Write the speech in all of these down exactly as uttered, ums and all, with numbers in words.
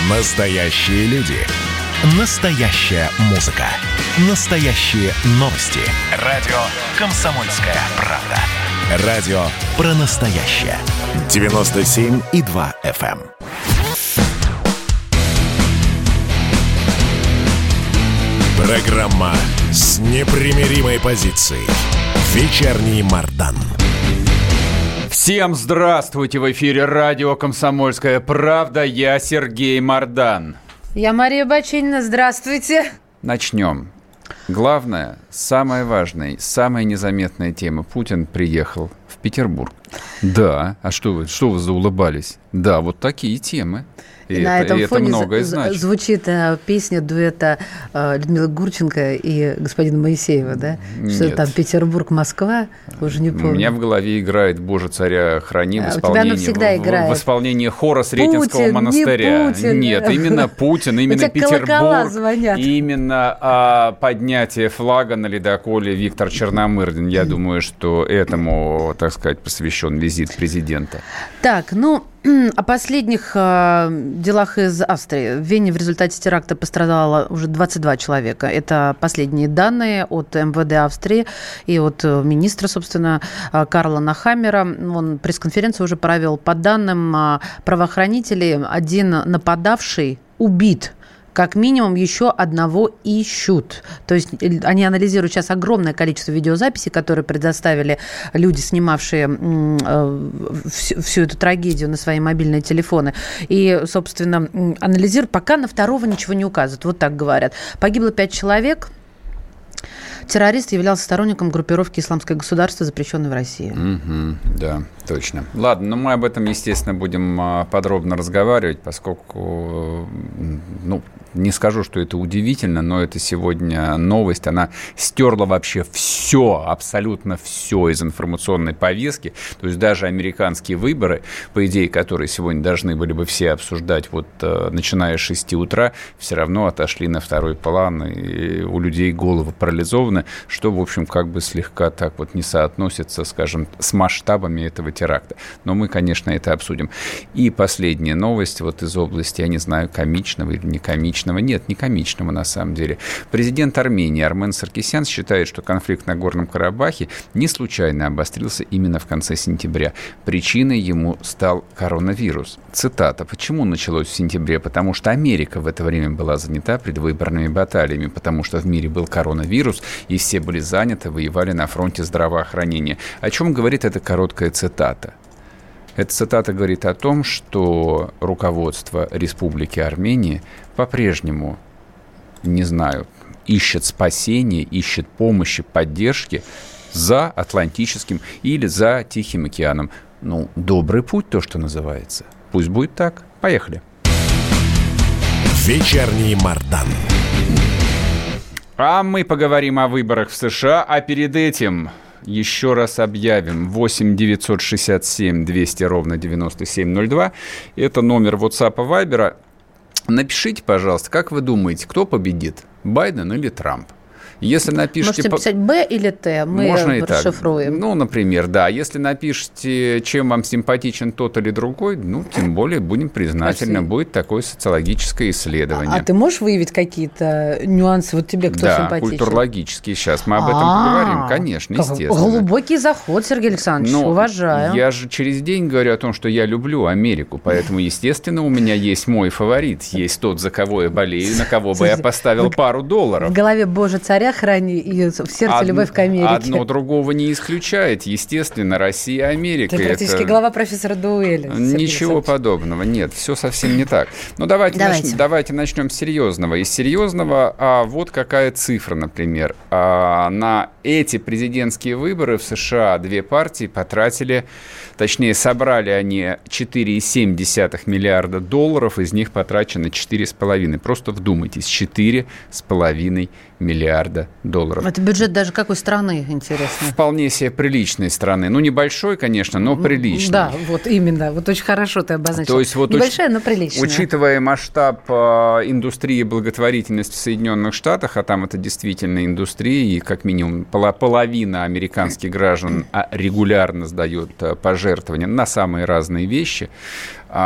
Настоящие люди. Настоящая музыка. Настоящие новости. Радио «Комсомольская правда». Радио про настоящее. девяносто семь и два эф эм. Программа с непримиримой позицией. Вечерний Мардан. Всем здравствуйте! В эфире радио «Комсомольская правда». Я Сергей Мардан. Я Мария Бачинина. Здравствуйте. Начнем. Главное, самое важное, самая незаметная тема. Путин приехал в Петербург. Да. А что вы, что вы заулыбались? Да, вот такие темы. И на это, этом и фоне это многое з- значит. Звучит э, песня дуэта э, Людмилы Гурченко и господина Моисеева, да? Что Нет. там Петербург, Москва, уже не помню. У меня в голове играет «Боже, царя храни» в А, у тебя исполнении, она всегда в, играет. в исполнении хора Сретенского Путин, монастыря. не Путин. Нет, именно Путин, именно У тебя колокола Петербург, звонят. именно а, поднятие флага на ледоколе Виктор Черномырдин. Я думаю, что этому, так сказать, посвящен визит президента. Так, ну, о последних э, делах из Австрии. В Вене в результате теракта пострадало уже двадцать два человека. Это последние данные от эм вэ дэ Австрии и от министра, собственно, Карла Нахаммера. Он пресс-конференцию уже провел. По данным э, правоохранителей, один нападавший убит. Как минимум еще одного ищут. То есть они анализируют сейчас огромное количество видеозаписей, которые предоставили люди, снимавшие всю, всю эту трагедию на свои мобильные телефоны. И, собственно, анализируют, пока на второго ничего не указывают. Вот так говорят. Погибло пять человек. Террорист являлся сторонником группировки «Исламское государство», запрещенной в России. Mm-hmm, да, точно. Ладно, но мы об этом, естественно, будем подробно разговаривать, поскольку, ну, не скажу, что это удивительно, но это сегодня новость, она стерла вообще все, абсолютно все из информационной повестки. То есть даже американские выборы, по идее, которые сегодня должны были бы все обсуждать, вот начиная с шести утра, все равно отошли на второй план, и у людей головы парализованы, что, в общем, как бы слегка так вот не соотносится, скажем, с масштабами этого теракта. Но мы, конечно, это обсудим. И последняя новость вот из области, я не знаю, комичного или не комичного. Нет, не комичного на самом деле. Президент Армении Армен Саркисян считает, что конфликт на Горном Карабахе не случайно обострился именно в конце сентября. Причиной ему стал коронавирус. Цитата. Почему началось в сентябре? Потому что Америка в это время была занята предвыборными баталиями, потому что в мире был коронавирус, и все были заняты, воевали на фронте здравоохранения. О чем говорит эта короткая цитата? Эта цитата говорит о том, что руководство Республики Армения по-прежнему, не знаю, ищет спасения, ищет помощи, поддержки за Атлантическим или за Тихим океаном. Ну, добрый путь, то, что называется. Пусть будет так. Поехали. Вечерний Мардан. А мы поговорим о выборах в США, а перед этим еще раз объявим. восемь девятьсот шестьдесят семь двести ровно девяносто семь ноль два. Это номер WhatsApp и Viber. Напишите, пожалуйста, как вы думаете, кто победит, Байден или Трамп? Если напишите... Можете писать «Б» или «Т», мы можно расшифруем. Так. Ну, например, да. Если напишите, чем вам симпатичен тот или другой, ну, тем более будем признательны. Спасибо. Будет такое социологическое исследование. А, а ты можешь выявить какие-то нюансы? Вот тебе кто да, симпатичен? Да, культурологические. Сейчас мы об этом А-а-а. поговорим. Конечно, естественно. Глубокий заход, Сергей Александрович. Но уважаю. Я же через день говорю о том, что я люблю Америку. Поэтому, естественно, у меня есть мой фаворит. Есть тот, за кого я болею, на кого бы я поставил пару долларов. В голове «Боже, царя храни» и в сердце Од... любовь к Америке. Одно другого не исключает. Естественно, Россия, Америка. Ты практически это... глава профессора Дуэля. Ничего подобного. Нет, все совсем не так. Но давайте, давайте. Начнем, давайте начнем с серьезного. Из серьезного, а вот какая цифра, например. А, на эти президентские выборы в США две партии потратили, точнее, собрали они четыре целых семь десятых миллиарда долларов, из них потрачено четыре с половиной. Просто вдумайтесь, четыре с половиной миллиарда долларов. Это бюджет даже какой страны, интересно? Вполне себе приличной страны. Ну, небольшой, конечно, но приличный. Да, вот именно. Вот очень хорошо ты обозначил. То есть, вот небольшая, уч... но приличная. Учитывая масштаб э, индустрии благотворительности в Соединенных Штатах, а там это действительно индустрия, и как минимум пол- половина американских граждан регулярно сдает пожертвования на самые разные вещи, э,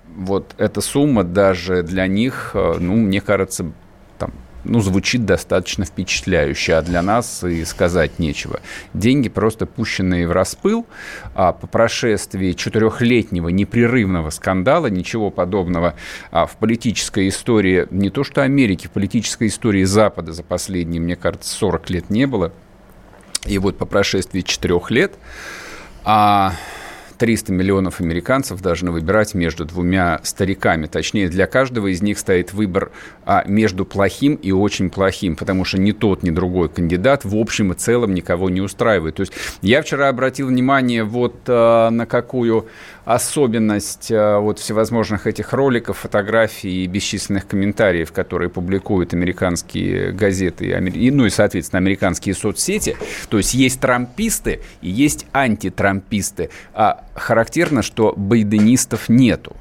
вот эта сумма даже для них, ну, мне кажется, там, ну, звучит достаточно впечатляюще, а для нас и сказать нечего. Деньги просто пущенные в распыл, а по прошествии четырехлетнего непрерывного скандала ничего подобного а, в политической истории, не то что Америки, в политической истории Запада за последние, мне кажется, сорок лет не было. И вот по прошествии четырех лет а, триста миллионов американцев должны выбирать между двумя стариками. Точнее, для каждого из них стоит выбор а, между плохим и очень плохим, потому что ни тот, ни другой кандидат в общем и целом никого не устраивает. То есть я вчера обратил внимание вот а, на какую особенность а, вот всевозможных этих роликов, фотографий и бесчисленных комментариев, которые публикуют американские газеты, и, ну и, соответственно, американские соцсети. То есть есть трамписты и есть антитрамписты. А характерно, что байденистов нету.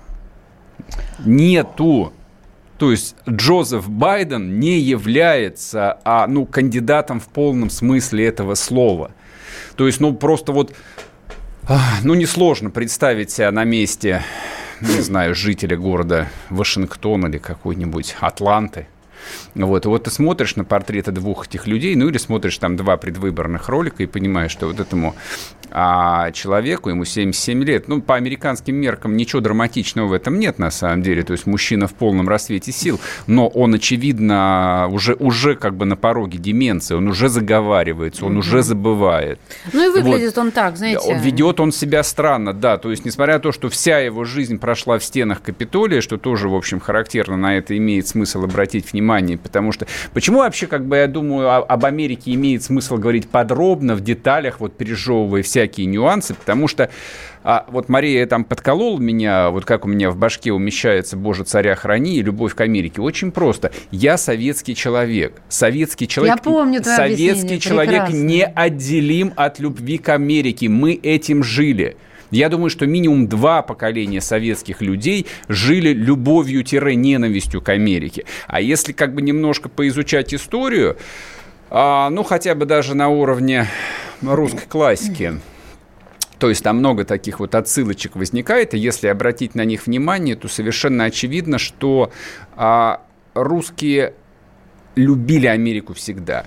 Нету. То есть Джозеф Байден не является а, ну, кандидатом в полном смысле этого слова. То есть, ну, просто вот, ну, несложно представить себя на месте, не знаю, жителя города Вашингтон или какой-нибудь Атланты. Вот. И вот ты смотришь на портреты двух этих людей, ну или смотришь там два предвыборных ролика и понимаешь, что вот этому а, человеку, ему семьдесят семь лет, ну, по американским меркам ничего драматичного в этом нет на самом деле, то есть мужчина в полном расцвете сил, но он, очевидно, уже, уже как бы на пороге деменции, он уже заговаривается, он mm-hmm. уже забывает. Ну и выглядит вот. Он так, знаете. Ведет он себя странно, да, то есть несмотря на то, что вся его жизнь прошла в стенах Капитолия, что тоже, в общем, характерно, на это имеет смысл обратить внимание, потому что почему вообще, как бы, я думаю, об Америке имеет смысл говорить подробно, в деталях, вот пережевывая всякие нюансы, потому что а, вот Мария там подколола меня, вот как у меня в башке умещается «Боже, царя храни» и «Любовь к Америке». Очень просто. Я советский человек. Советский человек, я помню твое советский человек прекрасно. Неотделим от любви к Америке. Мы этим жили. Я думаю, что минимум два поколения советских людей жили любовью-ненавистью к Америке. А если как бы немножко поизучать историю, а, ну, хотя бы даже на уровне русской классики, то есть там много таких вот отсылочек возникает, и если обратить на них внимание, то совершенно очевидно, что а, русские любили Америку всегда.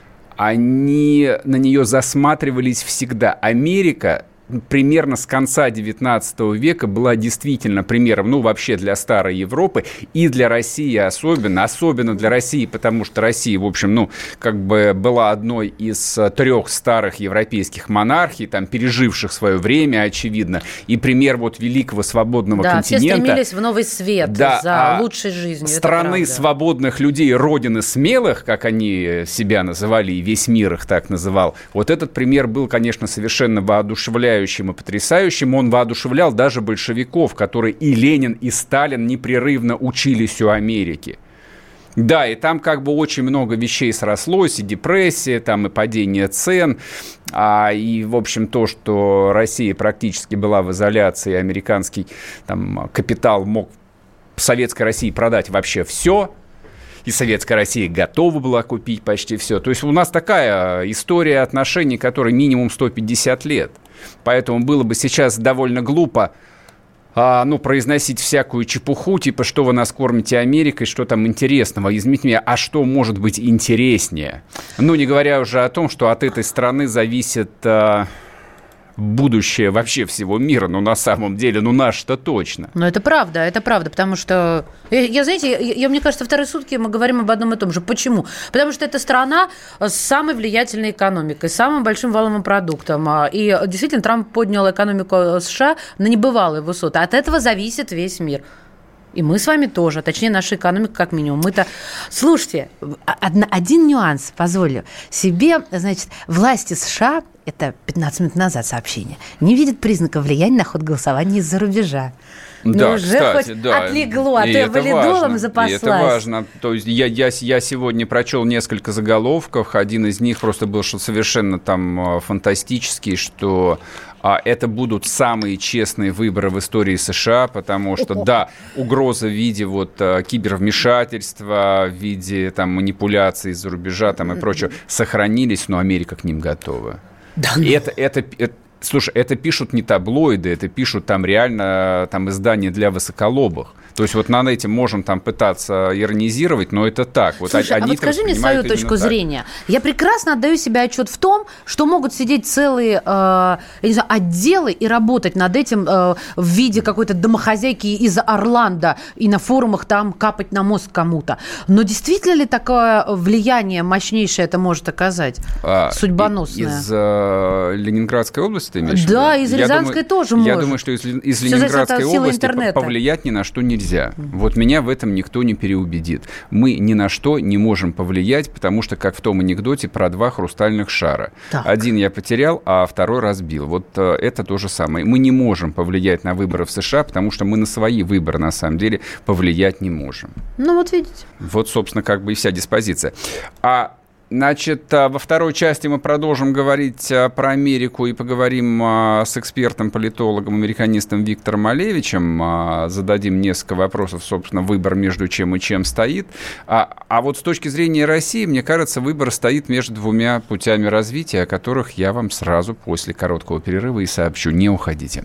Они на нее засматривались всегда. Америка примерно с конца девятнадцатого века была действительно примером, ну, вообще для старой Европы и для России особенно, особенно для России, потому что Россия, в общем, ну, как бы была одной из трех старых европейских монархий, там, переживших свое время, очевидно, и пример вот великого свободного да, континента. Да, все стремились в новый свет, да, за а лучшей жизнью. Страны свободных людей, родины смелых, как они себя называли, и весь мир их так называл, вот этот пример был, конечно, совершенно воодушевляющий и потрясающим. Он воодушевлял даже большевиков, которые и Ленин, и Сталин непрерывно учились у Америки. Да, и там как бы очень много вещей срослось, и депрессия, там и падение цен, а, и, в общем, то, что Россия практически была в изоляции, американский там, капитал мог в Советской России продать вообще все, и Советская Россия готова была купить почти все. То есть у нас такая история отношений, которой минимум сто пятьдесят лет. Поэтому было бы сейчас довольно глупо а, ну, произносить всякую чепуху, типа, что вы нас кормите Америкой, что там интересного. Извините меня, а что может быть интереснее? Ну, не говоря уже о том, что от этой страны зависит а, будущее вообще всего мира. Ну, на самом деле, ну, наш-то точно. Ну, это правда, это правда, потому что, я, я знаете, я, я, мне кажется, вторые сутки мы говорим об одном и том же. Почему? Потому что это страна с самой влиятельной экономикой, с самым большим валовым продуктом. И действительно, Трамп поднял экономику США на небывалые высоты. От этого зависит весь мир. И мы с вами тоже, точнее, наша экономика как минимум. Мы-то... Слушайте, один нюанс, позволю себе, значит, власти США, это пятнадцать минут назад сообщение, не видят признаков влияния на ход голосования из-за рубежа. Да, ну, уже кстати, хоть да. отлегло, а и то валидолом запаслась. И это важно. То есть я, я, я сегодня прочел несколько заголовков. Один из них просто был что совершенно там фантастический, что а, это будут самые честные выборы в истории США, потому что, да, угроза в виде вот кибервмешательства, в виде там манипуляций из-за рубежа там, и прочего сохранились, но Америка к ним готова. Да, ну... это, это, это Слушай, это пишут не таблоиды, это пишут там реально там, издания для высоколобых. То есть вот над этим можем там пытаться иронизировать, но это так. Вот Слушай, а вот скажи мне свою точку так. зрения. Я прекрасно отдаю себе отчет в том, что могут сидеть целые э, я не знаю, отделы и работать над этим э, в виде какой-то домохозяйки из Орландо и на форумах там капать на мозг кому-то. Но действительно ли такое влияние мощнейшее это может оказать? А, судьбоносное. Из э, Ленинградской области ты имеешь в виду? Да, из Рязанской тоже может. Я думаю, что из, из Ленинградской области интернета. Повлиять ни на что нельзя. Вот меня в этом никто не переубедит. Мы ни на что не можем повлиять, потому что, как в том анекдоте про два хрустальных шара. Так. Один я потерял, а второй разбил. Вот э, это то же самое. Мы не можем повлиять на выборы в США, потому что мы на свои выборы, на самом деле, повлиять не можем. Ну, вот видите. Вот, собственно, как бы и вся диспозиция. А Значит, во второй части мы продолжим говорить про Америку и поговорим с экспертом, политологом, американистом Виктором Малевичем. Зададим несколько вопросов, собственно, выбор между чем и чем стоит. А, а вот с точки зрения России, мне кажется, выбор стоит между двумя путями развития, о которых я вам сразу после короткого перерыва и сообщу. Не уходите.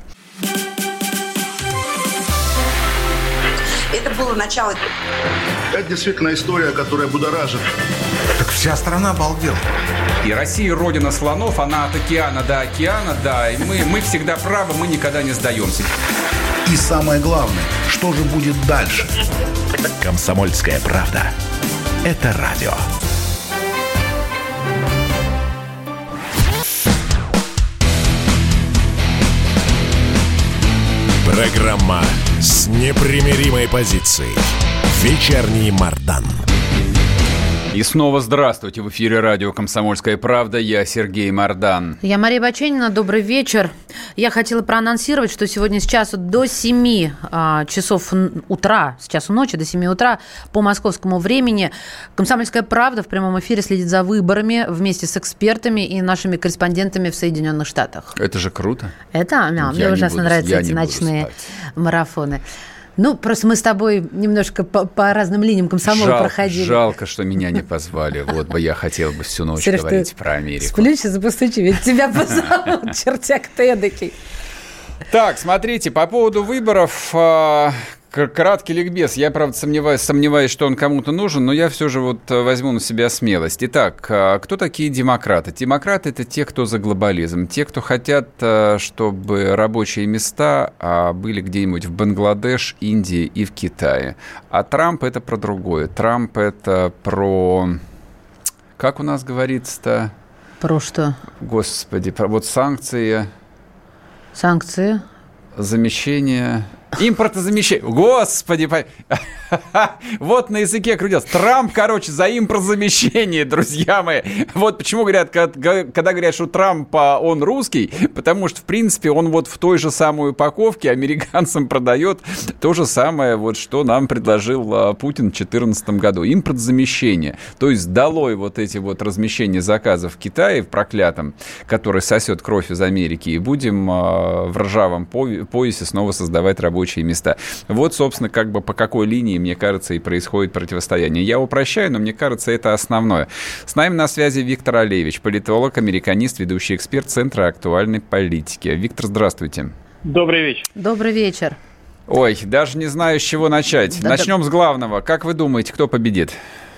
Это было начало. Это действительно история, которая будоражит. Так вся страна обалдела. И Россия родина слонов, она от океана до океана, да, и мы, мы всегда правы, мы никогда не сдаемся. И самое главное, что же будет дальше? «Комсомольская правда». Это радио. Программа с непримиримой позицией. Вечерний Мардан. И снова здравствуйте. В эфире радио «Комсомольская правда». Я Сергей Мардан. Я Мария Баченина. Добрый вечер. Я хотела проанонсировать, что сегодня с часу до семи а, часов утра, с часу ночи до семи утра по московскому времени «Комсомольская правда» в прямом эфире следит за выборами вместе с экспертами и нашими корреспондентами в Соединенных Штатах. Это же круто. Это, да, мне ужасно буду, нравятся эти ночные марафоны. Ну, просто мы с тобой немножко по, по разным линиям комсомола Жал, проходили. Жалко, что меня не позвали. Вот бы я хотел бы всю ночь Сереж, говорить про Америку. Сплю сейчас и постучи, ведь тебя позовут, чертяк ты эдакий. Так, смотрите, по поводу выборов... Краткий ликбез. Я, правда, сомневаюсь, сомневаюсь, что он кому-то нужен, но я все же вот возьму на себя смелость. Итак, кто такие демократы? Демократы – это те, кто за глобализм. Те, кто хотят, чтобы рабочие места были где-нибудь в Бангладеш, Индии и в Китае. А Трамп – это про другое. Трамп – это про... Как у нас говорится-то? Про что? Господи, про вот санкции. Санкции? Замещение... Импортозамещение. Господи, вот на языке крутился. Трамп, короче, за импортозамещение, друзья мои. Вот почему говорят, когда, когда говорят, что Трамп, он русский, потому что, в принципе, он вот в той же самой упаковке американцам продает то же самое, вот, что нам предложил Путин в две тысячи четырнадцатом году. Импортозамещение. То есть долой вот эти вот размещения заказов в Китае, в проклятом, который сосет кровь из Америки, и будем в ржавом поясе снова создавать рабочие места. Вот, собственно, как бы по какой линии, мне кажется, и происходит противостояние. Я упрощаю, но мне кажется, это основное. С нами на связи Виктор Алевич, политолог, американист, ведущий эксперт Центра актуальной политики. Виктор, здравствуйте. Добрый вечер. Добрый вечер. Ой, даже не знаю, с чего начать. Да, Начнем да. с главного. Как вы думаете, кто победит?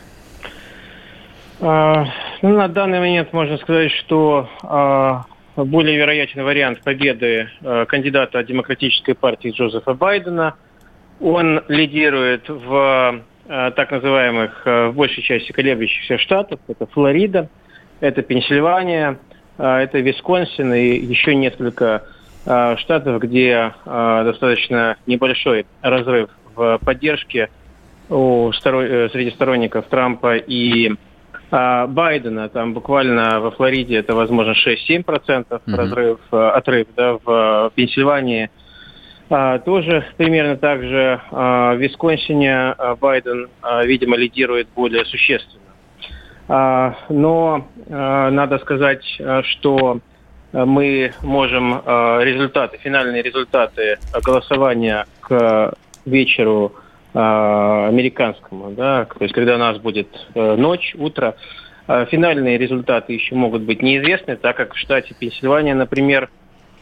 А, ну, на данный момент можно сказать, что... А... более вероятный вариант победы э, кандидата от Демократической партии Джозефа Байдена. Он лидирует в э, так называемых, э, в большей части колеблющихся штатах. Это Флорида, это Пенсильвания, э, это Висконсин и еще несколько э, штатов, где э, достаточно небольшой разрыв в поддержке у сторон, э, среди сторонников Трампа и А Байдена. Там буквально во Флориде это, возможно, шесть-семь процентов mm-hmm. разрыв, отрыв, да, в Пенсильвании а, тоже примерно так же. А, в Висконсине Байден, а, видимо, лидирует более существенно. А, но а, надо сказать, что мы можем а, результаты, финальные результаты голосования к вечеру американскому, да, то есть когда у нас будет э, ночь, утро, э, финальные результаты еще могут быть неизвестны, так как в штате Пенсильвания, например,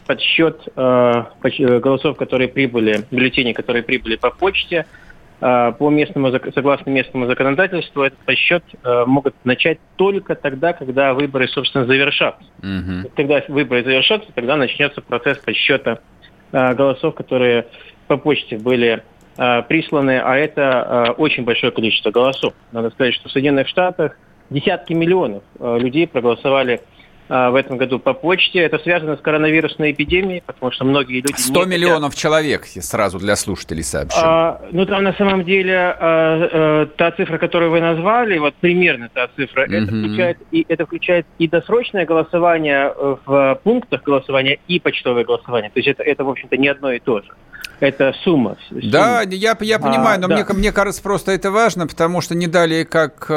подсчет э, голосов, которые прибыли, бюллетеней, которые прибыли по почте. Э, по местному, согласно местному законодательству, этот подсчет э, могут начать только тогда, когда выборы, собственно, завершатся. Mm-hmm. Когда выборы завершатся, тогда начнется процесс подсчета э, голосов, которые по почте были э, присланы, а это э, очень большое количество голосов. Надо сказать, что в Соединенных Штатах десятки миллионов э, людей проголосовали э, в этом году по почте. Это связано с коронавирусной эпидемией, потому что многие люди... сто миллионов человек, сразу для слушателей сообщу. А, ну, там на самом деле а, а, та цифра, которую вы назвали, вот примерно та цифра, mm-hmm. это, включает и, это включает и досрочное голосование в пунктах голосования, и почтовое голосование. То есть это, это в общем-то, не одно и то же. Это сумма. сумма. Да, я, я понимаю, а, но да. мне, мне кажется, просто это важно, потому что не далее, как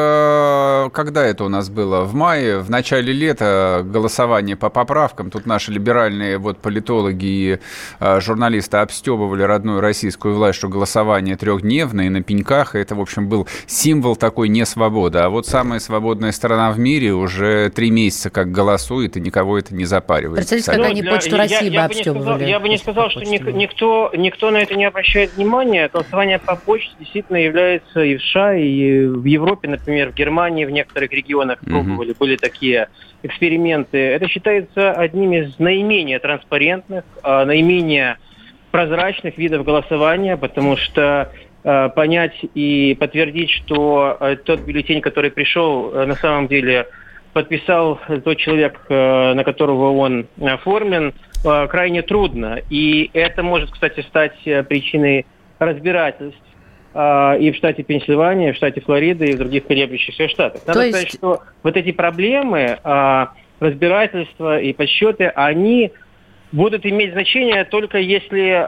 когда это у нас было, в мае, в начале лета, голосование по поправкам, тут наши либеральные вот, политологи и журналисты обстебывали родную российскую власть, что голосование трехдневное и на пеньках, это, в общем, был символ такой несвободы. А вот самая свободная страна в мире уже три месяца как голосует, и никого это не запаривает. Представляете, как они Почту России бы обстебывали? Я бы не сказал, что никто... Никто на это не обращает внимания. Голосование по почте действительно является и в США, и в Европе, например, в Германии, в некоторых регионах пробовали, mm-hmm. были такие эксперименты. Это считается одним из наименее транспарентных, наименее прозрачных видов голосования, потому что понять и подтвердить, что тот бюллетень, который пришел, на самом деле подписал тот человек, на которого он оформлен, крайне трудно. И это может, кстати, стать причиной разбирательств и в штате Пенсильвания, и в штате Флорида, и в других колеблющихся штатах. Надо есть... сказать, что вот эти проблемы, разбирательства и подсчеты, они будут иметь значение только если,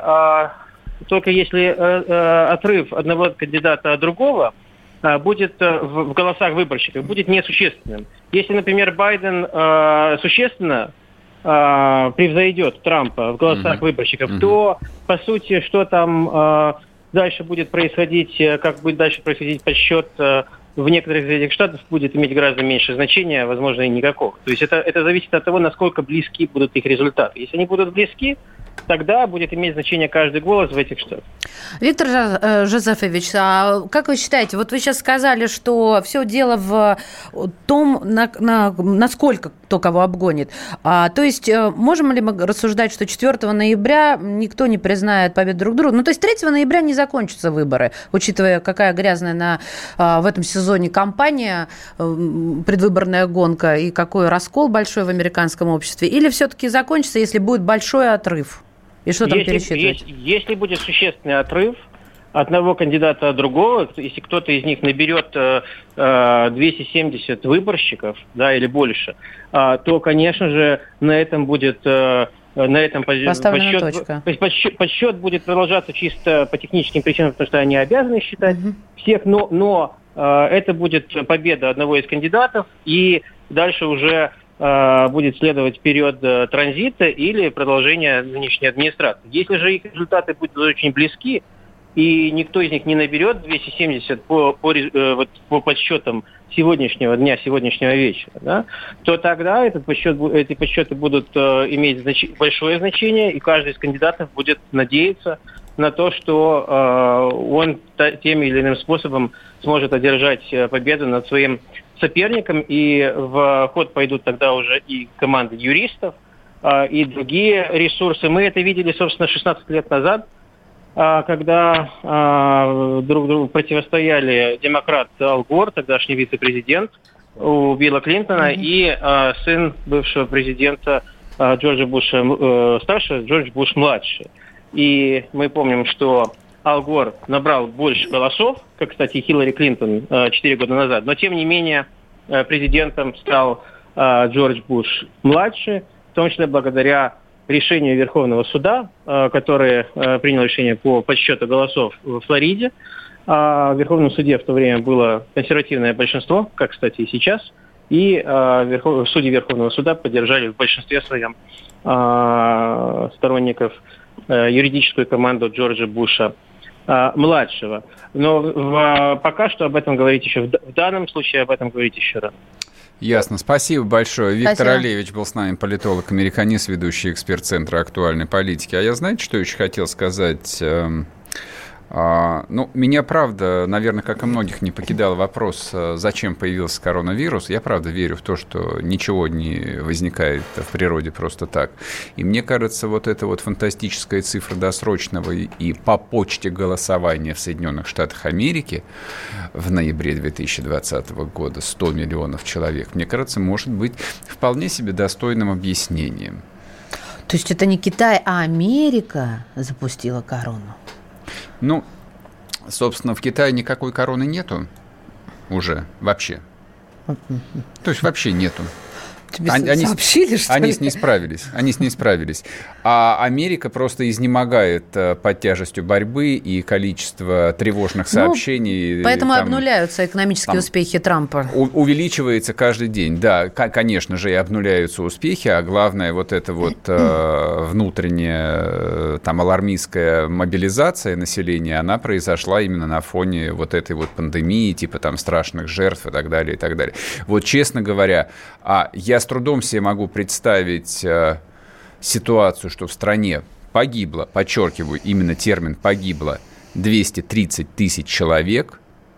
только если отрыв одного кандидата от другого будет в голосах выборщиков, будет несущественным. Если, например, Байден существенно Uh, превзойдет Трампа в голосах uh-huh. выборщиков, uh-huh. то, по сути, что там uh, дальше будет происходить, как будет дальше происходить подсчет uh, в некоторых из этих штатов, будет иметь гораздо меньше значения, возможно, и никакого. То есть это, это зависит от того, насколько близки будут их результаты. Если они будут близки, тогда будет иметь значение каждый голос в этих штатах. Виктор Жозефович, а как вы считаете, вот вы сейчас сказали, что все дело в том, на, на, насколько кто кого обгонит. А, то есть можем ли мы рассуждать, что четвёртого ноября никто не признает победу друг друга? Ну, то есть третьего ноября не закончатся выборы, учитывая, какая грязная на, в этом сезоне кампания, предвыборная гонка, и какой раскол большой в американском обществе? Или все-таки закончится, если будет большой отрыв? И что там если, пересчитывать? Если, если будет существенный отрыв одного кандидата от другого, если кто-то из них наберет э, двести семьдесят выборщиков, да, или больше, э, то, конечно же, на этом будет... Э, на этом поставлена подсчет, точка. Подсчет, подсчет будет продолжаться чисто по техническим причинам, потому что они обязаны считать угу. всех, но, но э, это будет победа одного из кандидатов, и дальше уже э, будет следовать период э, транзита или продолжение нынешней администрации. Если же их результаты будут очень близки, и никто из них не наберет двести семьдесят по, по, э, вот, по подсчетам сегодняшнего дня, сегодняшнего вечера, да, то тогда этот подсчет, эти подсчеты будут э, иметь значи, большое значение, и каждый из кандидатов будет надеяться на то, что э, он та, тем или иным способом сможет одержать победу над своим соперником, и в ход пойдут тогда уже и команды юристов, э, и другие ресурсы. Мы это видели, собственно, шестнадцать лет назад, когда а, друг другу противостояли демократ Ал Гор, тогдашний вице-президент у Билла Клинтона, mm-hmm. и а, сын бывшего президента а, Джорджа Буша а, старшего, Джордж Буш младший. И мы помним, что Ал Гор набрал больше голосов, как, кстати, и Хиллари Клинтон четыре года назад, но тем не менее президентом стал а, Джордж Буш младший, в том числе благодаря решению Верховного суда, который принял решение по подсчету голосов в Флориде. В Верховном суде в то время было консервативное большинство, как, кстати, и сейчас, и судьи Верховного суда поддержали в большинстве своем сторонников юридическую команду Джорджа Буша младшего. Но пока что об этом говорить еще, в данном случае об этом говорить еще рано. Ясно. Спасибо большое. Виктор Спасибо. Олеевич был с нами, политолог-американист, ведущий эксперт Центра актуальной политики. А я, знаете, что еще хотел сказать? А, ну, меня, правда, наверное, как и многих, не покидал вопрос, зачем появился коронавирус. Я, правда, верю в то, что ничего не возникает в природе просто так. И мне кажется, вот эта вот фантастическая цифра досрочного и по почте голосования в Соединенных Штатах Америки в ноябре две тысячи двадцатого года, сто миллионов человек, мне кажется, может быть вполне себе достойным объяснением. То есть это не Китай, а Америка запустила корону? Ну, собственно, в Китае никакой короны нету уже вообще. То есть вообще нету. Тебе они, сообщили, что они ли? с ней справились. Они с ней справились. А Америка просто изнемогает под тяжестью борьбы и количества тревожных сообщений. Ну, поэтому там, обнуляются экономические там, успехи Трампа. У, увеличивается каждый день. Да, конечно же, и обнуляются успехи, а главное, вот эта вот э, внутренняя там алармистская мобилизация населения, она произошла именно на фоне вот этой вот пандемии, типа там страшных жертв и так далее, и так далее. Вот, честно говоря, а я с трудом себе могу представить э, ситуацию, что в стране погибло, подчеркиваю, именно термин «погибло» двести тридцать тысяч человек.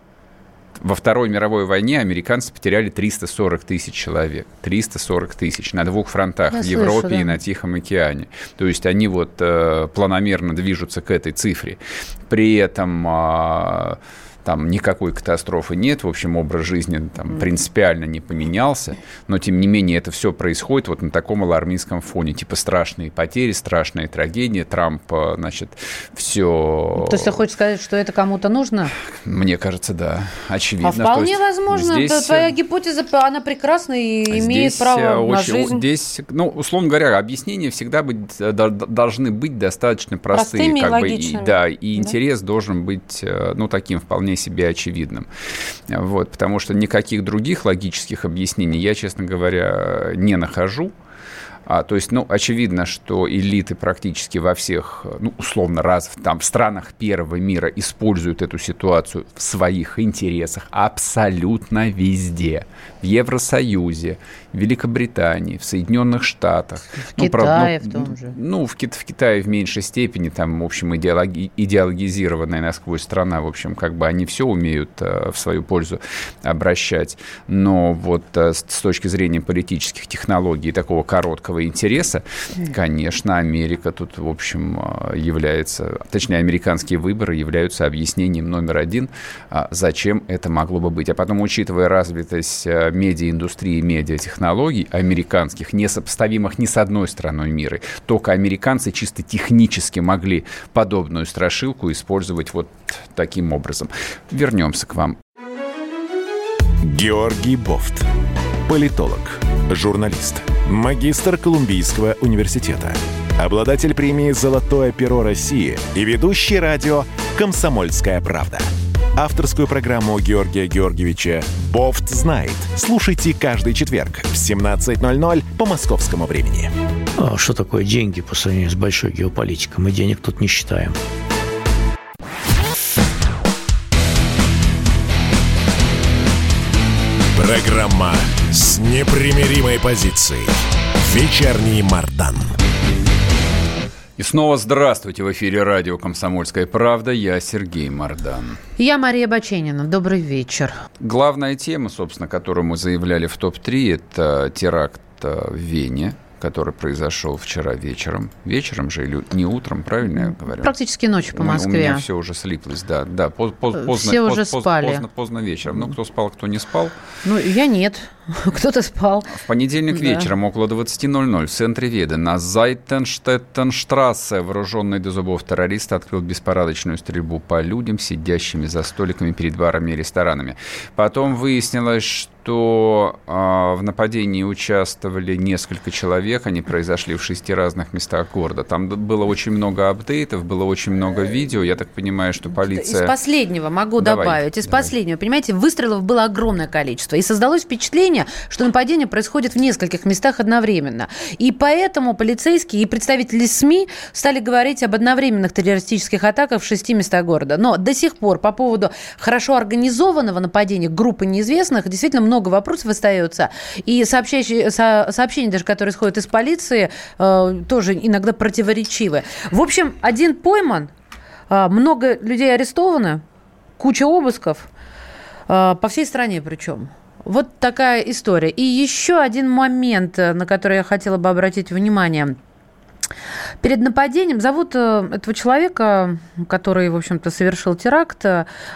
Во Второй мировой войне американцы потеряли триста сорок тысяч человек. триста сорок тысяч на двух фронтах, Я в Европе слышу, да. и на Тихом океане. То есть они вот э, планомерно движутся к этой цифре. При этом... Э, Там никакой катастрофы нет, в общем, образ жизни там принципиально не поменялся, но, тем не менее, это все происходит вот на таком алармистском фоне, типа страшные потери, страшные трагедии, Трамп, значит, все... То есть ты хочешь сказать, что это кому-то нужно? Мне кажется, да, очевидно. А вполне есть, возможно, здесь... да, твоя гипотеза, она прекрасна и имеет здесь право очень, на жизнь. Здесь, ну, условно говоря, объяснения всегда быть, должны быть достаточно простые. Простыми как и бы, логичными. и, да, и Да? интерес должен быть, ну, таким вполне себе очевидным. Вот, потому что никаких других логических объяснений я, честно говоря, не нахожу. А, то есть, ну, очевидно, что элиты практически во всех, ну, условно, раз там, в странах первого мира используют эту ситуацию в своих интересах абсолютно везде. В Евросоюзе, в Великобритании, в Соединенных Штатах. В ну, Китае правда, в ну, том же. Ну, в, в Китае в меньшей степени, там, в общем, идеологи- идеологизированная насквозь страна, в общем, как бы они все умеют э, в свою пользу обращать. Но вот э, с, с точки зрения политических технологий и такого короткого интереса, конечно, Америка тут, в общем, является, точнее, американские выборы являются объяснением номер один, зачем это могло бы быть. А потом, учитывая развитость медиаиндустрии и медиатехнологий американских, несопоставимых ни с одной страной мира, только американцы чисто технически могли подобную страшилку использовать вот таким образом. Вернемся к вам. Георгий Бофт. Политолог, журналист, магистр Колумбийского университета, обладатель премии «Золотое перо России» и ведущий радио «Комсомольская правда». Авторскую программу Георгия Георгиевича «Бофт знает». Слушайте каждый четверг в семнадцать ноль ноль по московскому времени. А что такое деньги по сравнению с большой геополитикой? Мы денег тут не считаем. Программа с непримиримой позицией. Вечерний Мардан. И снова здравствуйте. В эфире радио «Комсомольская правда». Я Сергей Мардан. Я Мария Баченина. Добрый вечер. Главная тема, собственно, которую мы заявляли в топ три, это теракт в Вене, который произошел вчера вечером. Вечером же или не утром, правильно я говорю? Практически ночью по Москве. У меня все уже слиплось, да. да поздно, все поздно, уже поздно, спали. Поздно, поздно вечером. Ну, кто спал, кто не спал. Ну, я нет. Кто-то спал. В понедельник да. вечером около двадцать ноль ноль в центре Веды на Зайтенштеттенштрассе вооруженный до зубов террорист открыл беспорядочную стрельбу по людям, сидящими за столиками перед барами и ресторанами. Потом выяснилось, что э, в нападении участвовали несколько человек, они произошли в шести разных местах города. Там было очень много апдейтов, было очень много видео. Я так понимаю, что полиция... Из последнего могу Давай, добавить. Из давай. последнего. Понимаете, выстрелов было огромное количество. И создалось впечатление, что нападение происходит в нескольких местах одновременно. И поэтому полицейские и представители СМИ стали говорить об одновременных террористических атаках в шести местах города. Но до сих пор по поводу хорошо организованного нападения группы неизвестных действительно много много вопросов остается. И сообщающие, со, сообщения, даже которые исходят из полиции, э, тоже иногда противоречивы. В общем, один пойман, э, много людей арестовано, куча обысков, э, по всей стране причем. Вот такая история. И еще один момент, на который я хотела бы обратить внимание. Перед нападением зовут этого человека, который, в общем-то, совершил теракт,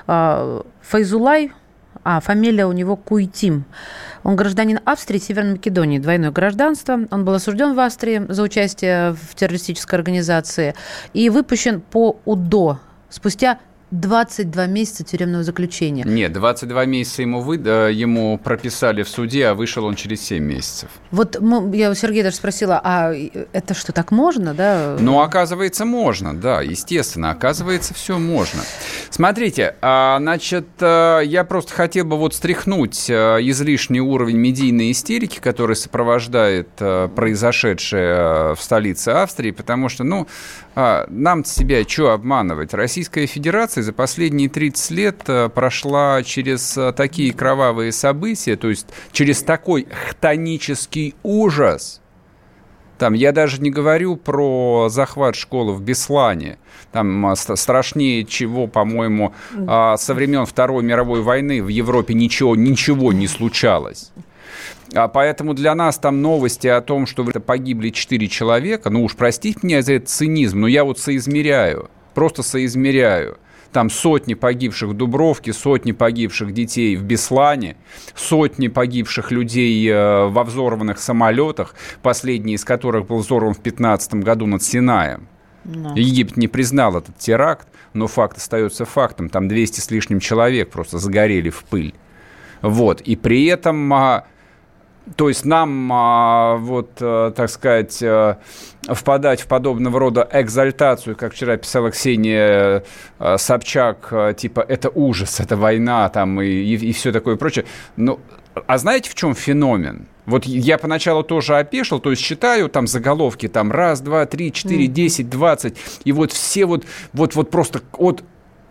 Файзулай, а фамилия у него Куйтим. Он гражданин Австрии и Северной Македонии, двойное гражданство. Он был осужден в Австрии за участие в террористической организации и выпущен по УДО спустя двадцать два месяца тюремного заключения. Нет, двадцать два месяца ему, вы, ему прописали в суде, а вышел он через семь месяцев. Вот мы, я у Сергея даже спросила, а это что, так можно, да? Ну, оказывается, можно, да, естественно, оказывается, все можно. Смотрите, значит, я просто хотел бы вот стряхнуть излишний уровень медийной истерики, который сопровождает произошедшее в столице Австрии, потому что, ну, нам себя что обманывать? Российская Федерация за последние тридцать лет прошла через такие кровавые события, то есть через такой хтонический ужас. Там, я даже не говорю про захват школы в Беслане. Там страшнее чего, по-моему, со времен Второй мировой войны в Европе ничего, ничего не случалось. А поэтому для нас там новости о том, что погибли четыре человека, ну уж простите меня за этот цинизм, но я вот соизмеряю, просто соизмеряю. Там сотни погибших в Дубровке, сотни погибших детей в Беслане, сотни погибших людей во взорванных самолетах, последний из которых был взорван в две тысячи пятнадцатом году над Синаем. No. Египет не признал этот теракт, но факт остается фактом. Там двести с лишним человек просто сгорели в пыль. Вот. И при этом... То есть нам, вот, так сказать, впадать в подобного рода экзальтацию, как вчера писала Ксения Собчак, типа это ужас, это война, там, и, и все такое прочее. Ну, а знаете, в чем феномен? Вот я поначалу тоже опешил, то есть читаю там заголовки, там раз, два, три, четыре, десять, двадцать, и вот все вот, вот, вот просто вот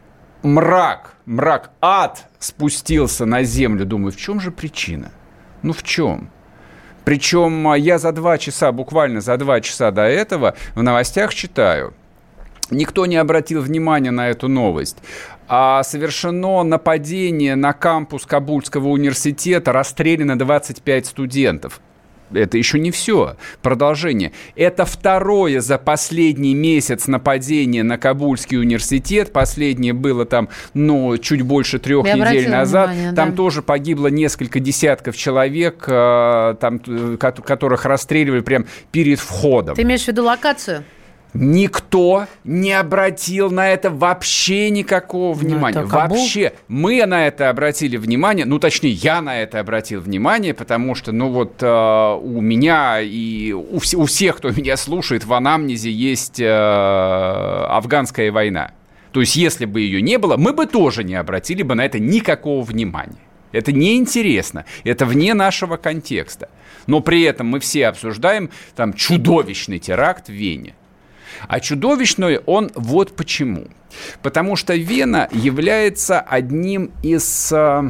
мрак, мрак, ад спустился на землю. Думаю, в чем же причина? Ну, в чем? Причем я за два часа, буквально за два часа до этого в новостях читаю. Никто не обратил внимания на эту новость. А совершено нападение на кампус Кабульского университета, расстреляно двадцать пять студентов. Это еще не все. Продолжение. Это второе за последний месяц нападение на Кабульский университет. Последнее было там, ну, чуть больше трех Я недель назад. Внимание, там да. тоже погибло несколько десятков человек, там, которых расстреливали прямо перед входом. Ты имеешь в виду локацию? Никто не обратил на это вообще никакого внимания. Ну, вообще. Мы на это обратили внимание. Ну, точнее, я на это обратил внимание, потому что, ну, вот э, у меня и у, у всех, кто меня слушает, в анамнезе есть э, афганская война. То есть, если бы ее не было, мы бы тоже не обратили бы на это никакого внимания. Это неинтересно. Это вне нашего контекста. Но при этом мы все обсуждаем там чудовищный теракт в Вене. А чудовищный он вот почему. Потому что Вена является одним из э,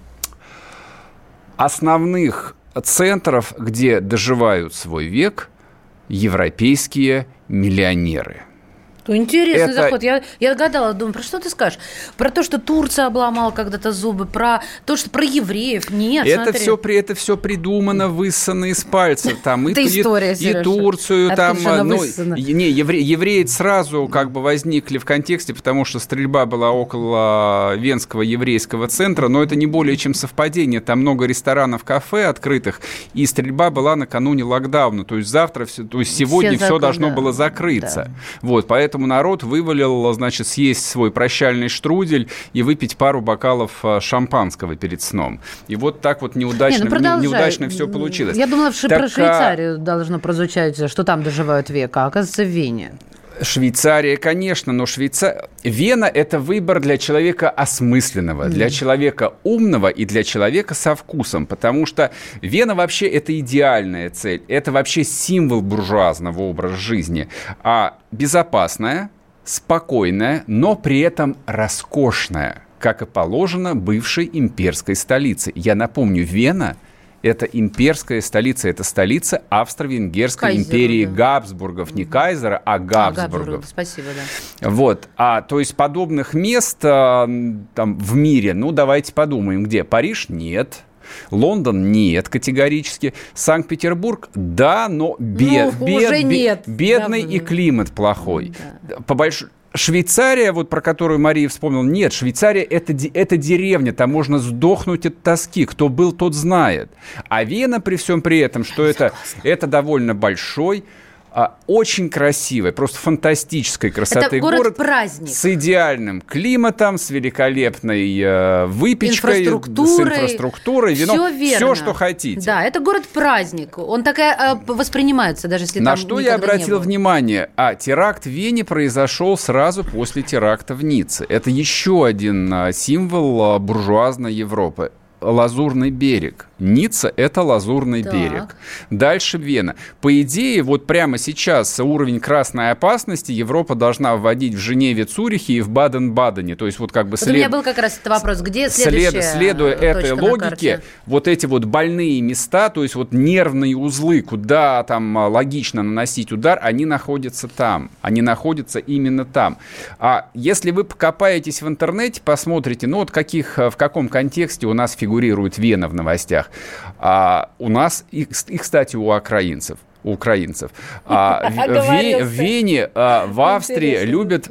основных центров, где доживают свой век европейские миллионеры. Интересный это... заход. Я, я гадала, думаю, про что ты скажешь? Про то, что Турция обломала когда-то зубы, про то, что про евреев. Нет, это все, это все придумано, высосано из пальцев. Там и, история, и, и Турцию. Там, ну, не, евре, евреи сразу как бы возникли в контексте, потому что стрельба была около Венского еврейского центра, но это не более чем совпадение. Там много ресторанов, кафе открытых, и стрельба была накануне локдауна. То есть завтра, все, то есть сегодня все, все закон, должно да. было закрыться. Да. Вот, поэтому народ вывалил, значит, съесть свой прощальный штрудель и выпить пару бокалов шампанского перед сном. И вот так вот неудачно, Не, ну неудачно все получилось. Я думала, что так, про Швейцарию должно прозвучать, что там доживают век, а оказывается в Вене. Швейцария, конечно, но Швейцария... Вена – это выбор для человека осмысленного, mm. для человека умного и для человека со вкусом, потому что Вена вообще – это идеальная цель, это вообще символ буржуазного образа жизни, а безопасная, спокойная, но при этом роскошная. как и положено бывшей имперской столице. Я напомню, Вена – это имперская столица, это столица Австро-Венгерской Кайзеру, империи да. Габсбургов. Не Кайзера, а Габсбургов. А, Габсбург, спасибо, да. Вот. А, то есть подобных мест а, там, в мире, ну, давайте подумаем, где? Париж – нет. Лондон нет категорически. Санкт-Петербург, да, но бед, ну, бед, уже нет. бедный да, и климат плохой. Да. По большому... Швейцария, вот про которую Мария вспомнила, нет, Швейцария это, это деревня, там можно сдохнуть от тоски, кто был, тот знает. А Вена при всем при этом, что это, это довольно большой, очень красивый, просто фантастической красоты это город-праздник. С идеальным климатом, с великолепной э, выпечкой, инфраструктурой, с инфраструктурой, вином, все верно. Все, что хотите. Да, это город-праздник. Он такая э, воспринимается, даже если На там что я обратил внимание? А теракт в Вене произошел сразу после теракта в Ницце. Это еще один э, символ э, буржуазной Европы. Лазурный берег. Ницца – это Лазурный так. берег. Дальше Вена. По идее, вот прямо сейчас уровень красной опасности Европа должна вводить в Женеве, Цюрихе и в Баден-Бадене. То есть вот как бы... Вот след... у меня был как раз этот вопрос. Где следующая след... Следуя этой логике, вот эти вот больные места, то есть вот нервные узлы, куда там логично наносить удар, они находятся там. Они находятся именно там. А если вы покопаетесь в интернете, посмотрите, ну вот каких, в каком контексте у нас фигурирует Вена в новостях. А у нас, и, и, кстати, у украинцев. У украинцев. А, в, в Вене, а, в Австрии любят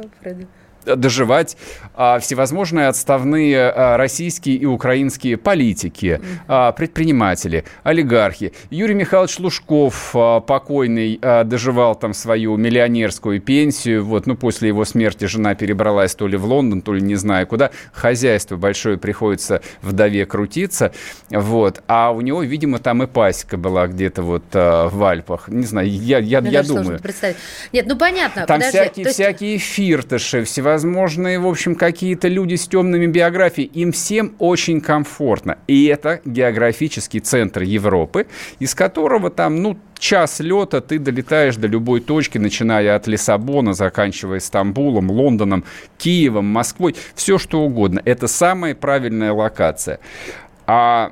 доживать а, всевозможные отставные а, российские и украинские политики, а, предприниматели, олигархи. Юрий Михайлович Лужков, а, покойный, а, доживал там свою миллионерскую пенсию. Вот, ну, после его смерти жена перебралась то ли в Лондон, то ли не знаю куда. Хозяйство большое, приходится вдове крутиться. Вот. А у него, видимо, там и пасека была где-то вот а, в Альпах. Не знаю, я, я, я думаю. Нет, ну понятно. Там подожди, всякие, есть... всякие фиртыши, всевозможные возможные, в общем, какие-то люди с темными биографиями, им всем очень комфортно. И это географический центр Европы, из которого там, ну, час лета ты долетаешь до любой точки, начиная от Лиссабона, заканчивая Стамбулом, Лондоном, Киевом, Москвой, все что угодно. Это самая правильная локация. А...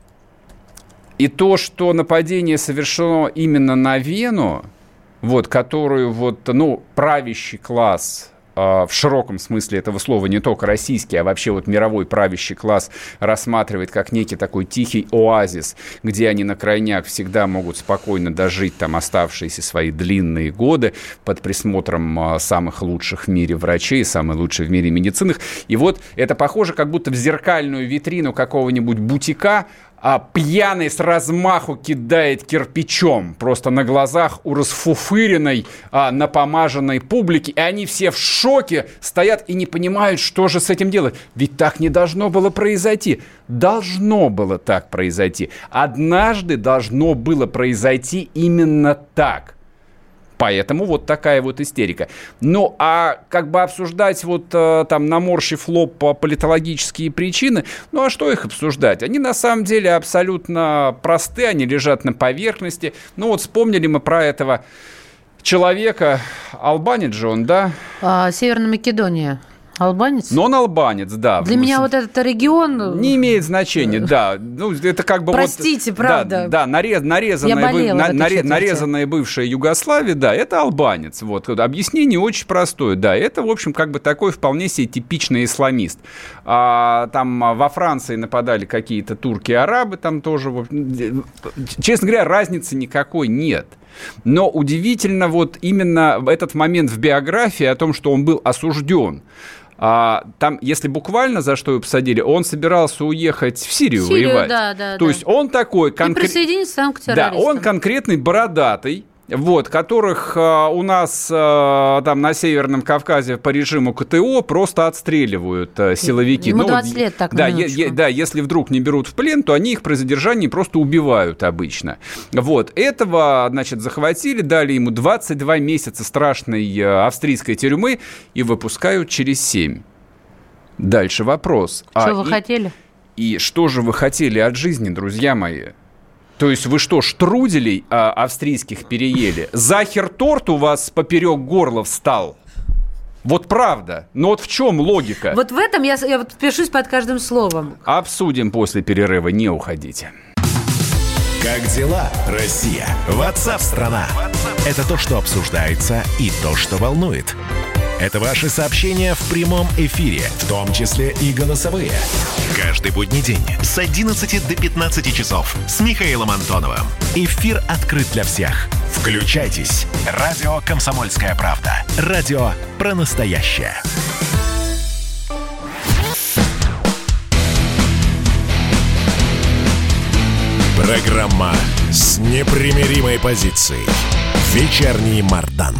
И то, что нападение совершено именно на Вену, вот, которую вот, ну, правящий класс... в широком смысле этого слова, не только российский, а вообще вот мировой правящий класс рассматривает как некий такой тихий оазис, где они на крайняк всегда могут спокойно дожить там оставшиеся свои длинные годы под присмотром самых лучших в мире врачей, самых лучших в мире медицины. И вот это похоже как будто в зеркальную витрину какого-нибудь бутика, а пьяный с размаху кидает кирпичом просто на глазах у расфуфыренной, а, напомаженной публики, и они все в шоке стоят и не понимают, что же с этим делать. Ведь так не должно было произойти. Должно было так произойти. Однажды должно было произойти именно так. Поэтому вот такая вот истерика. Ну, а как бы обсуждать вот там, наморщив лоб по политологические причины, ну, а что их обсуждать? Они на самом деле абсолютно просты, они лежат на поверхности. Ну, вот вспомнили мы про этого человека, албанец же он, да? А, Северная Македония. Албанец? Но он албанец, да. Для меня вот этот регион... Не имеет значения, да. Ну, это как бы Простите, вот, правда. Да, да нарез, нарезанная, вы, на, наре, нарезанная бывшая Югославия, да, это албанец. Вот. Объяснение очень простое, да. Это, в общем, как бы такой вполне себе типичный исламист. А, там во Франции нападали какие-то турки и арабы, там тоже... Честно говоря, разницы никакой нет. Но удивительно вот именно этот момент в биографии о том, что он был осужден. А, там, если буквально за что его посадили, он собирался уехать в Сирию, Сирию воевать. Да, да, То да. есть он такой... Конкр... И присоединиться сам к террористам. Да, он конкретный бородатый, вот, которых а, у нас а, там на Северном Кавказе по режиму ка тэ о просто отстреливают а, силовики. Ему ну, двадцать лет так, да, е- е- да, если вдруг не берут в плен, то они их при задержании просто убивают обычно. Вот, этого, значит, захватили, дали ему двадцать два месяца страшной а, австрийской тюрьмы и выпускают через семь. Дальше вопрос. Что а, вы и, хотели? И что же вы хотели от жизни, друзья мои? То есть вы что, штруделей а, австрийских переели? Захер торт у вас поперек горла встал? Вот правда. Но вот в чем логика? Вот в этом я, я вот пишусь под каждым словом. Обсудим после перерыва. Не уходите. Как дела, Россия? WhatsApp-страна. Это то, что обсуждается, и то, что волнует. Это ваши сообщения в прямом эфире, в том числе и голосовые. Каждый будний день с одиннадцати до пятнадцати часов с Михаилом Антоновым. Эфир открыт для всех. Включайтесь. Радио «Комсомольская правда». Радио про настоящее. Программа с непримиримой позицией. Вечерний Мардан.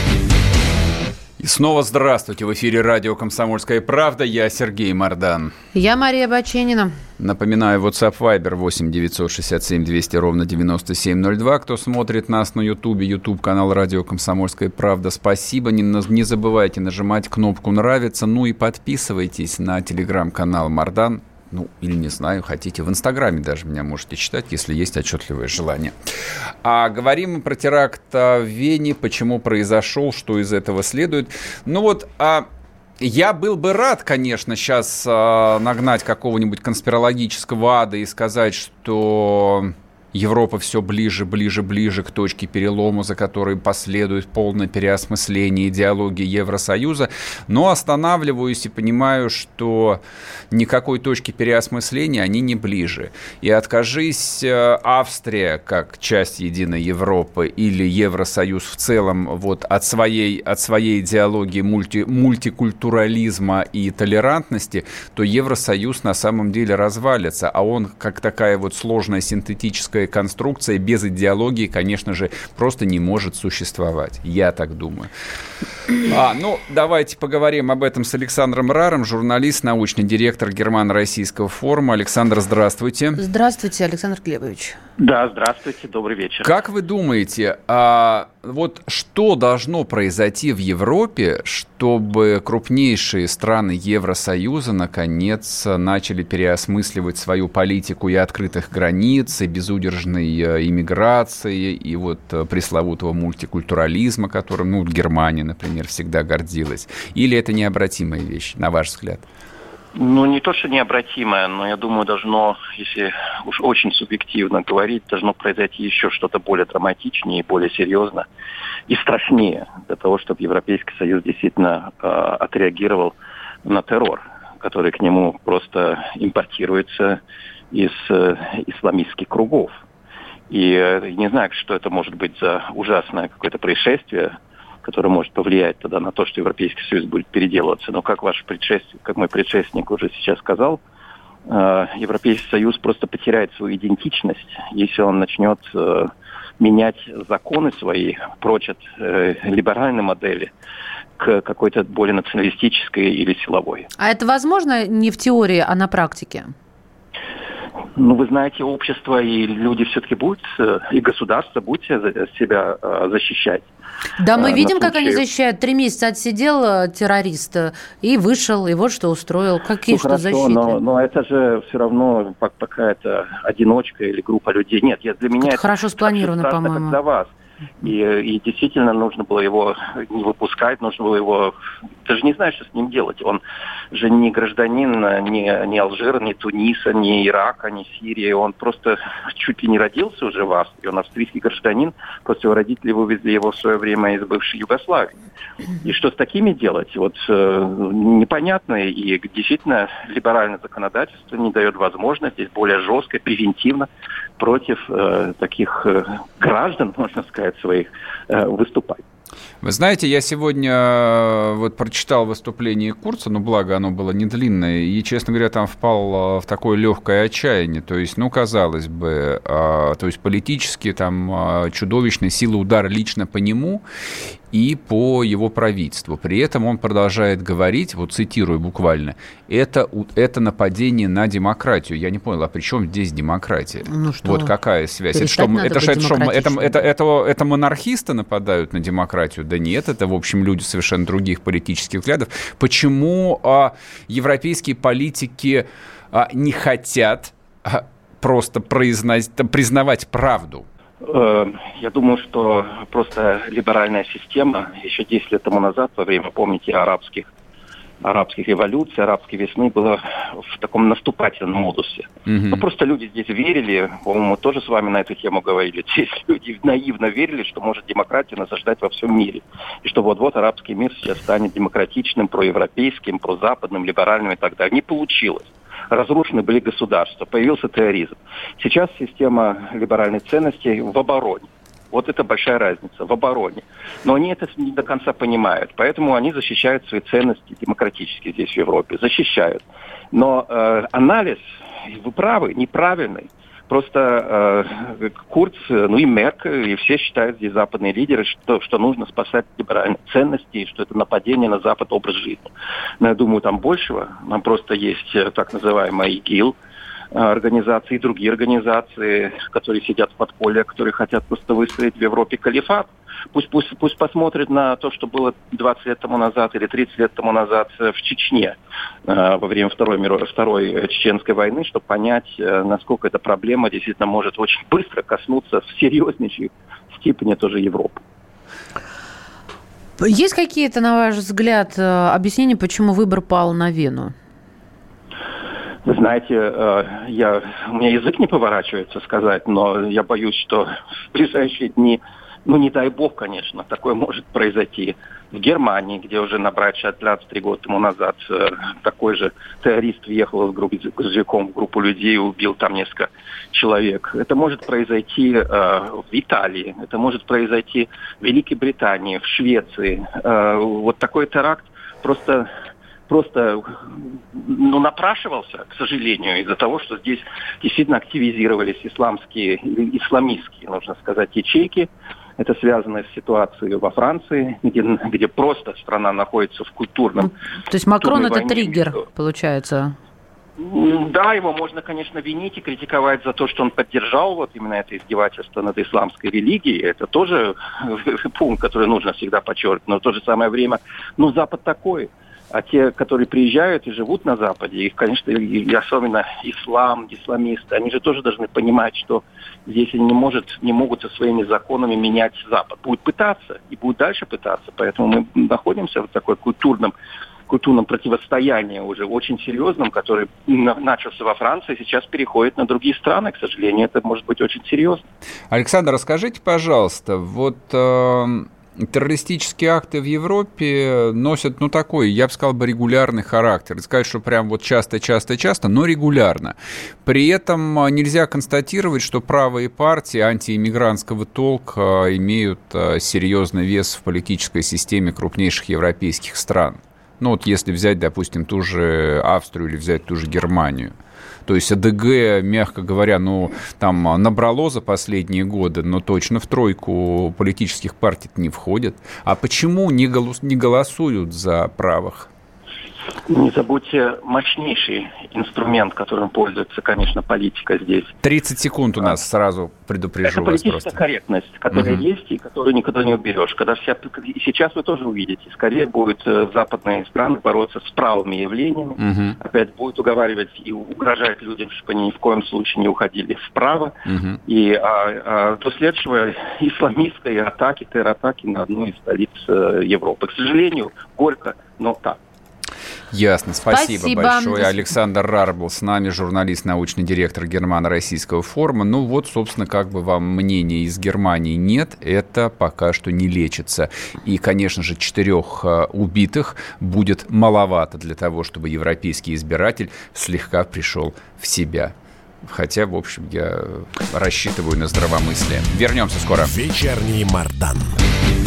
И снова здравствуйте. В эфире радио «Комсомольская правда». Я Сергей Мардан. Я Мария Баченина. Напоминаю, WhatsApp Viber восемь девятьсот шестьдесят семь двести ровно девяносто семь ноль два. Кто смотрит нас на Ютубе, Ютуб-канал радио «Комсомольская правда». Спасибо. Не, не забывайте нажимать кнопку «Нравится». Ну и подписывайтесь на телеграм-канал Мардан. Ну, или не знаю, хотите. В Инстаграме даже меня можете читать, если есть отчетливое желание. А говорим мы про теракт в Вене, почему произошел, что из этого следует. Ну вот, а я был бы рад, конечно, сейчас а, нагнать какого-нибудь конспирологического ада и сказать, что Европа все ближе, ближе, ближе к точке перелома, за которой последует полное переосмысление идеологии Евросоюза. Но останавливаюсь и понимаю, что никакой точки переосмысления они не ближе. И откажись Австрия как часть единой Европы или Евросоюз в целом вот от своей, от своей идеологии мульти, мультикультурализма и толерантности, то Евросоюз на самом деле развалится. А он как такая вот сложная синтетическая конструкция без идеологии, конечно же, просто не может существовать. Я так думаю. А, ну, давайте поговорим об этом с Александром Раром, журналист, научный директор Германо-Российского форума. Александр, здравствуйте. Здравствуйте, Александр Глебович. Да, здравствуйте, добрый вечер. Как вы думаете, а вот что должно произойти в Европе, чтобы крупнейшие страны Евросоюза наконец начали переосмысливать свою политику и открытых границ, и безудержной иммиграции, и вот пресловутого мультикультурализма, которым, ну, Германия, например, всегда гордилась? Или это необратимая вещь, на ваш взгляд? Ну, не то, что необратимое, но, я думаю, должно, если уж очень субъективно говорить, должно произойти еще что-то более драматичнее, более серьезно и страшнее для того, чтобы Европейский Союз действительно э, отреагировал на террор, который к нему просто импортируется из э, исламистских кругов. И э, не знаю, что это может быть за ужасное какое-то происшествие, который может повлиять тогда на то, что Европейский Союз будет переделываться. Но как ваш предшественник, как мой предшественник уже сейчас сказал, э, Европейский Союз просто потеряет свою идентичность, если он начнет э, менять законы свои, прочь от э, либеральной модели к какой-то более националистической или силовой. А это возможно не в теории, а на практике? Ну, вы знаете, общество и люди все-таки будут, и государство будут себя защищать. Да, мы видим, как они защищают. Три месяца отсидел террорист и вышел, и вот что устроил. Какие ну, что хорошо, защиты? Но, но это же все равно какая-то одиночка или группа людей. Нет, я, для меня это это хорошо спланировано, по-моему. Как для вас. И, и действительно нужно было его не выпускать, нужно было его... Даже не знаю, что с ним делать. Он же не гражданин ни, ни Алжира, ни Туниса, ни Ирака, ни Сирии. Он просто чуть ли не родился уже в Австрии. Он австрийский гражданин. Просто его родители вывезли его в свое время из бывшей Югославии. И что с такими делать? Вот э, непонятно. И действительно либеральное законодательство не дает возможности более жестко, превентивно против э, таких э, граждан, можно сказать, своих, э, выступать. Вы знаете, я сегодня вот прочитал выступление Курца, но благо оно было не длинное, и, честно говоря, там впал в такое легкое отчаяние. То есть, ну, казалось бы, а, то есть политически там а, чудовищная сила удара лично по нему и по его правительству. При этом он продолжает говорить, вот цитирую буквально, это, это нападение на демократию. Я не понял, а при чем здесь демократия? Ну, что? Вот какая связь? Это что, это, что, это, что, это, это, это, это монархисты нападают на демократию? Да нет, это, в общем, люди совершенно других политических взглядов. Почему а, европейские политики а, не хотят а, просто произносить, признавать правду? Я думаю, что просто либеральная система еще десять лет тому назад, во время, помните, арабских, арабских революций, арабской весны, была в таком наступательном модусе. Mm-hmm. Ну, просто люди здесь верили, по-моему, тоже с вами на эту тему говорили, здесь люди наивно верили, что может демократия насаждать во всем мире. И что вот-вот арабский мир сейчас станет демократичным, проевропейским, прозападным, либеральным и так далее. Не получилось. Разрушены были государства, появился терроризм. Сейчас система либеральных ценностей в обороне. Вот это большая разница, в обороне. Но они это не до конца понимают, поэтому они защищают свои ценности демократически здесь, в Европе, защищают. Но э, анализ, вы правы, неправильный. Просто э, Курц, ну и Меркель, и все считают здесь западные лидеры, что, что нужно спасать либеральные ценности, и что это нападение на Запад, образ жизни. Но я думаю, там большего. Нам просто есть так называемая ИГИЛ, организации и другие организации, которые сидят в подполье, которые хотят просто выстроить в Европе халифат. Пусть, пусть, пусть посмотрят на то, что было двадцать лет тому назад или тридцать лет тому назад в Чечне э, во время Второй, мировой, Второй Чеченской войны, чтобы понять, э, насколько эта проблема действительно может очень быстро коснуться в серьезнейшей степени тоже Европы. Есть какие-то, на ваш взгляд, объяснения, почему выбор пал на Вену? Вы знаете, я, у меня язык не поворачивается сказать, но я боюсь, что в ближайшие дни, ну не дай бог, конечно, такое может произойти. В Германии, где уже на Брайтшат двадцать три года тому назад такой же террорист въехал с грузовиком в группу людей и убил там несколько человек. Это может произойти э, в Италии, это может произойти в Великой Британии, в Швеции. Э, вот такой теракт просто... просто ну, напрашивался, к сожалению, из-за того, что здесь действительно активизировались исламские, исламистские, нужно сказать, ячейки. Это связано с ситуацией во Франции, где, где просто страна находится в культурном... То есть Макрон – это триггер, получается? Да, его можно, конечно, винить и критиковать за то, что он поддержал вот именно это издевательство над исламской религией. Это тоже пункт, который нужно всегда подчеркнуть. Но в то же самое время, ну, Запад такой. А те, которые приезжают и живут на Западе, их, конечно, и особенно ислам, исламисты, они же тоже должны понимать, что здесь они не, может, не могут со своими законами менять Запад. Будут пытаться и будут дальше пытаться. Поэтому мы находимся в такой культурном, культурном противостоянии уже очень серьезном, который начался во Франции, сейчас переходит на другие страны. К сожалению, это может быть очень серьезно. Александр, расскажите, пожалуйста, вот... Э... террористические акты в Европе носят, ну, такой, я бы сказал, бы, регулярный характер. Сказать, что прям вот часто-часто-часто, но регулярно. При этом нельзя констатировать, что правые партии антииммигрантского толка имеют серьезный вес в политической системе крупнейших европейских стран. Ну, вот если взять, допустим, ту же Австрию или взять ту же Германию. То есть АДГ, мягко говоря, ну, там набрало за последние годы, но точно в тройку политических партий не входит. А почему не, голос, не голосуют за правых? Не забудьте мощнейший инструмент, которым пользуется, конечно, политика здесь. тридцать секунд у нас, а, сразу предупрежу это вас просто. Это политическая корректность, которая угу. есть и которую никогда не уберешь. Когда вся, сейчас вы тоже увидите, скорее будут западные страны бороться с правыми явлениями, угу. опять будут уговаривать и угрожать людям, чтобы они ни в коем случае не уходили вправо. Угу. И а, а, до следующего исламистской атаки, терроратаки на одну из столиц Европы. К сожалению, горько, но так. Ясно. Спасибо, Спасибо большое. Александр Рар был с нами, журналист, научный директор Германо-Российского форума. Ну вот, собственно, как бы вам мнения из Германии нет, это пока что не лечится. И, конечно же, четырех убитых будет маловато для того, чтобы европейский избиратель слегка пришел в себя. Хотя, в общем, я рассчитываю на здравомыслие. Вернемся скоро. Вечерний Мардан.